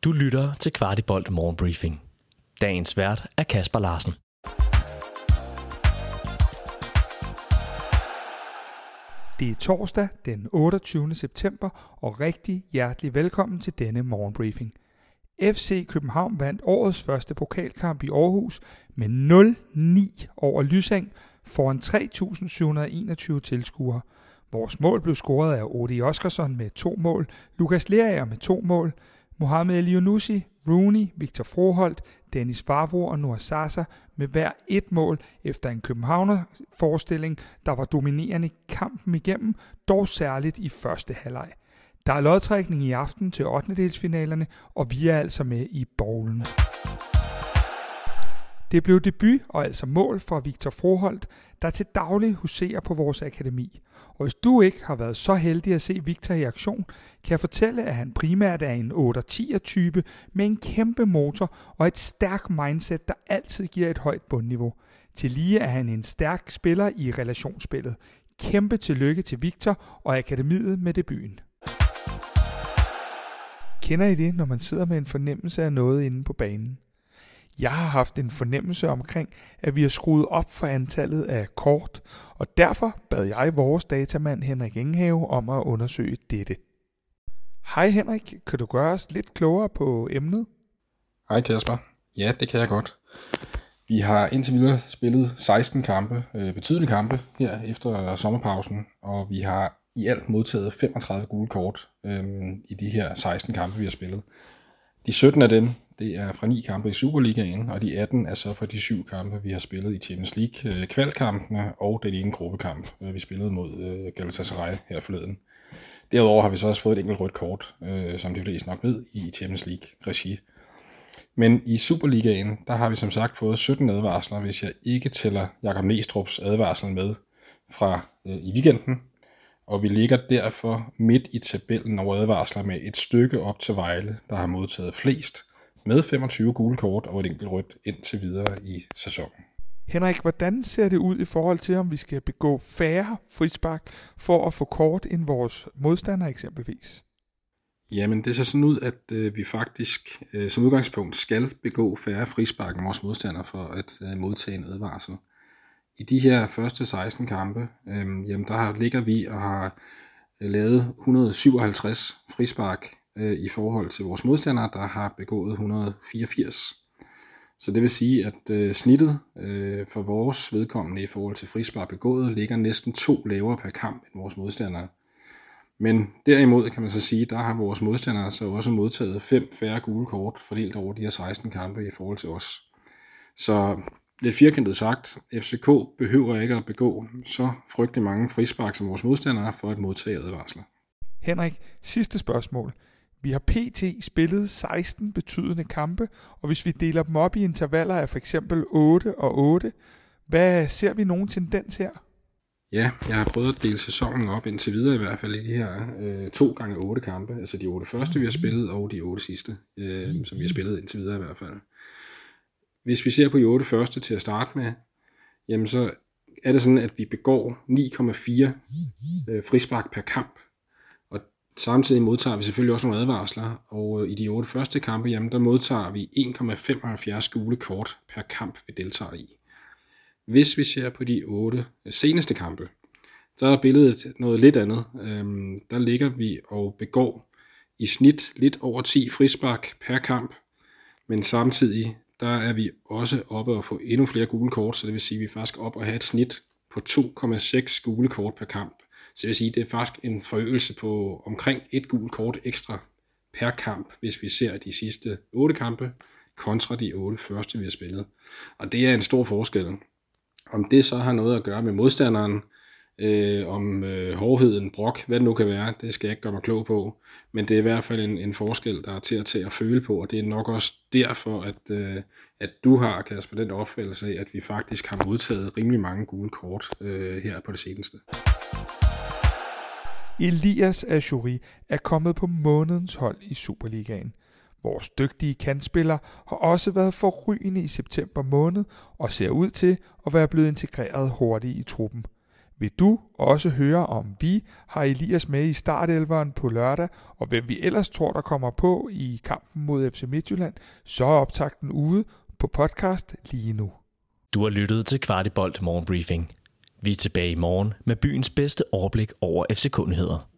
Du lytter til Kvartibolt Morgenbriefing. Dagens vært er Kasper Larsen. Det er torsdag den 28. september, og rigtig hjertelig velkommen til denne morgenbriefing. FC København vandt årets første pokalkamp i Aarhus med 0-9 over Lyseng foran 3.721 tilskuere. Vores mål blev scoret af Odi Oskarsson med 2 mål, Lukas Lerager med 2 mål, Mohamed Elyounoussi, Rooney, Victor Froholt, Dennis Vavro og Noah Sasa med hver 1 mål efter en københavner-forestilling, der var dominerende kampen igennem, dog særligt i første halvleg. Der er lodtrækning i aften til 8. og vi er altså med i bowlen. Det blev debut og altså mål for Victor Froholt, der til daglig huserer på vores akademi. Og hvis du ikke har været så heldig at se Victor i aktion, kan jeg fortælle, at han primært er en 8-10'er-type med en kæmpe motor og et stærkt mindset, der altid giver et højt bundniveau. Tillige er han en stærk spiller i relationsspillet. Kæmpe tillykke til Victor og akademiet med debuten. Kender I det, når man sidder med en fornemmelse af noget inde på banen? Jeg har haft en fornemmelse omkring, at vi har skruet op for antallet af kort, og derfor bad jeg vores datamand Henrik Enghave om at undersøge dette. Hej Henrik, kan du gøre os lidt klogere på emnet? Hej Kasper. Ja, det kan jeg godt. Vi har indtil videre spillet 16 kampe, betydelige kampe her efter sommerpausen, og vi har i alt modtaget 35 gule kort i de her 16 kampe, vi har spillet. De 17 af dem, det er fra 9 kampe i Superligaen, og de 18 er så fra de 7 kampe, vi har spillet i Champions League, kvalkampene og den ene gruppekamp, vi spillede mod Galatasaray her forleden. Derudover har vi så også fået et enkelt rødt kort, som de fleste nok ved, i Champions League-regi. Men i Superligaen, der har vi som sagt fået 17 advarsler, hvis jeg ikke tæller Jakob Næstrups advarsel med fra i weekenden. Og vi ligger derfor midt i tabellen over advarsler med et stykke op til Vejle, der har modtaget flest, med 25 gule kort og et enkelt rødt indtil videre i sæsonen. Henrik, hvordan ser det ud i forhold til, om vi skal begå færre frispark for at få kort end vores modstandere eksempelvis? Jamen, det ser sådan ud, at vi faktisk som udgangspunkt skal begå færre frispark end vores modstandere for at modtage en advarsel. I de her første 16 kampe, jamen der ligger vi og har lavet 157 frispark i forhold til vores modstandere, der har begået 184. Så det vil sige, at snittet for vores vedkommende i forhold til frispark begået ligger næsten 2 lavere per kamp end vores modstandere. Men derimod kan man så sige, der har vores modstandere så også modtaget 5 færre gule kort fordelt over de her 16 kampe i forhold til os. Så lidt firkantet sagt, FCK behøver ikke at begå så frygtelig mange frispark som vores modstandere for at modtage advarsler. Henrik, sidste spørgsmål. Vi har pt. Spillet 16 betydende kampe, og hvis vi deler dem op i intervaller af f.eks. 8 og 8, hvad ser vi nogen tendens her? Ja, jeg har prøvet at dele sæsonen op indtil videre i hvert fald i de her 2 gange 8 kampe, altså de 8 første vi har spillet og de 8 sidste, som vi har spillet indtil videre i hvert fald. Hvis vi ser på de 8 første til at starte med, jamen så er det sådan, at vi begår 9,4 frispark per kamp. Og samtidig modtager vi selvfølgelig også nogle advarsler, og i de 8 første kampe, jamen der modtager vi 1,75 gule kort per kamp, vi deltager i. Hvis vi ser på de 8 seneste kampe, så er billedet noget lidt andet. Der ligger vi og begår i snit lidt over 10 frispark per kamp, men samtidig der er vi også oppe og få endnu flere gule kort, så det vil sige, at vi er faktisk oppe og have et snit på 2,6 gule kort per kamp. Så det vil sige, at det er faktisk en forøgelse på omkring 1 gult kort ekstra per kamp, hvis vi ser de sidste 8 kampe kontra de 8 første, vi har spillet. Og det er en stor forskel. Om det så har noget at gøre med modstanderen, om hårdheden, brok, hvad det nu kan være, det skal jeg ikke gøre mig klog på. Men det er i hvert fald en forskel, der er til at tage at føle på, og det er nok også derfor, at du har, Kasper, den opfattelse af, at vi faktisk har modtaget rimelig mange gule kort her på det seneste. Elias Achouri er kommet på månedens hold i Superligaen. Vores dygtige kantspiller har også været forrygende i september måned og ser ud til at være blevet integreret hurtigt i truppen. Vil du også høre, om vi har Elias med i startelveren på lørdag, og hvem vi ellers tror, der kommer på i kampen mod FC Midtjylland, så er optakten ude på podcast lige nu. Du har lyttet til Kvartibolt Morgenbriefing. Vi er tilbage i morgen med byens bedste overblik over FCK-nyheder.